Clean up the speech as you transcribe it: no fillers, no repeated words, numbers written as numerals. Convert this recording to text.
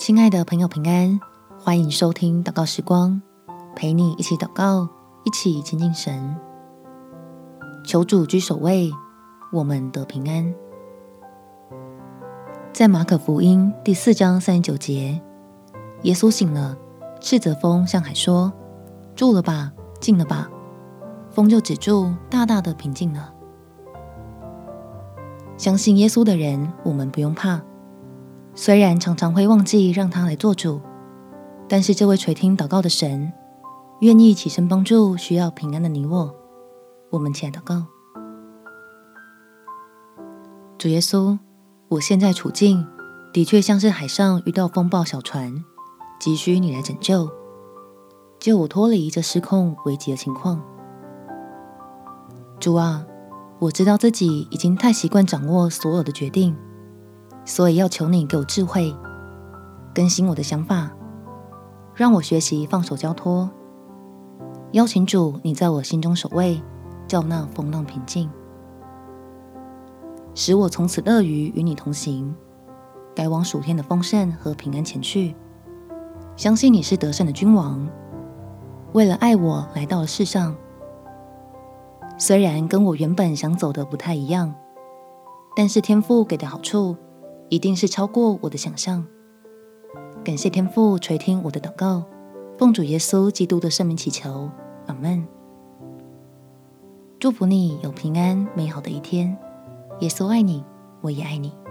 亲爱的朋友平安，欢迎收听祷告时光，陪你一起祷告，一起亲近神。求主居首位，我们得平安。在马可福音第4章39节，耶稣醒了，斥责风向海说：住了吧，静了吧。风就止住，大大的平静了。相信耶稣的人，我们不用怕。虽然常常会忘记让他来做主，但是这位垂听祷告的神，愿意起身帮助需要平安的你我。我们起来祷告。主耶稣，我现在处境的确像是海上遇到风暴小船，急需你来拯救，救我脱离这失控危急的情况。主啊，我知道自己已经太习惯掌握所有的决定，所以要求你给我智慧，更新我的想法，让我学习放手交托。邀请主你在我心中守卫，叫那风浪平静，使我从此乐于与你同行，该往属天的丰盛和平安前去。相信你是得胜的君王，为了爱我来到了世上，虽然跟我原本想走的不太一样，但是天父给的好处一定是超过我的想象。感谢天父垂听我的祷告，奉主耶稣基督的圣名祈求，阿们。祝福你有平安美好的一天。耶稣爱你，我也爱你。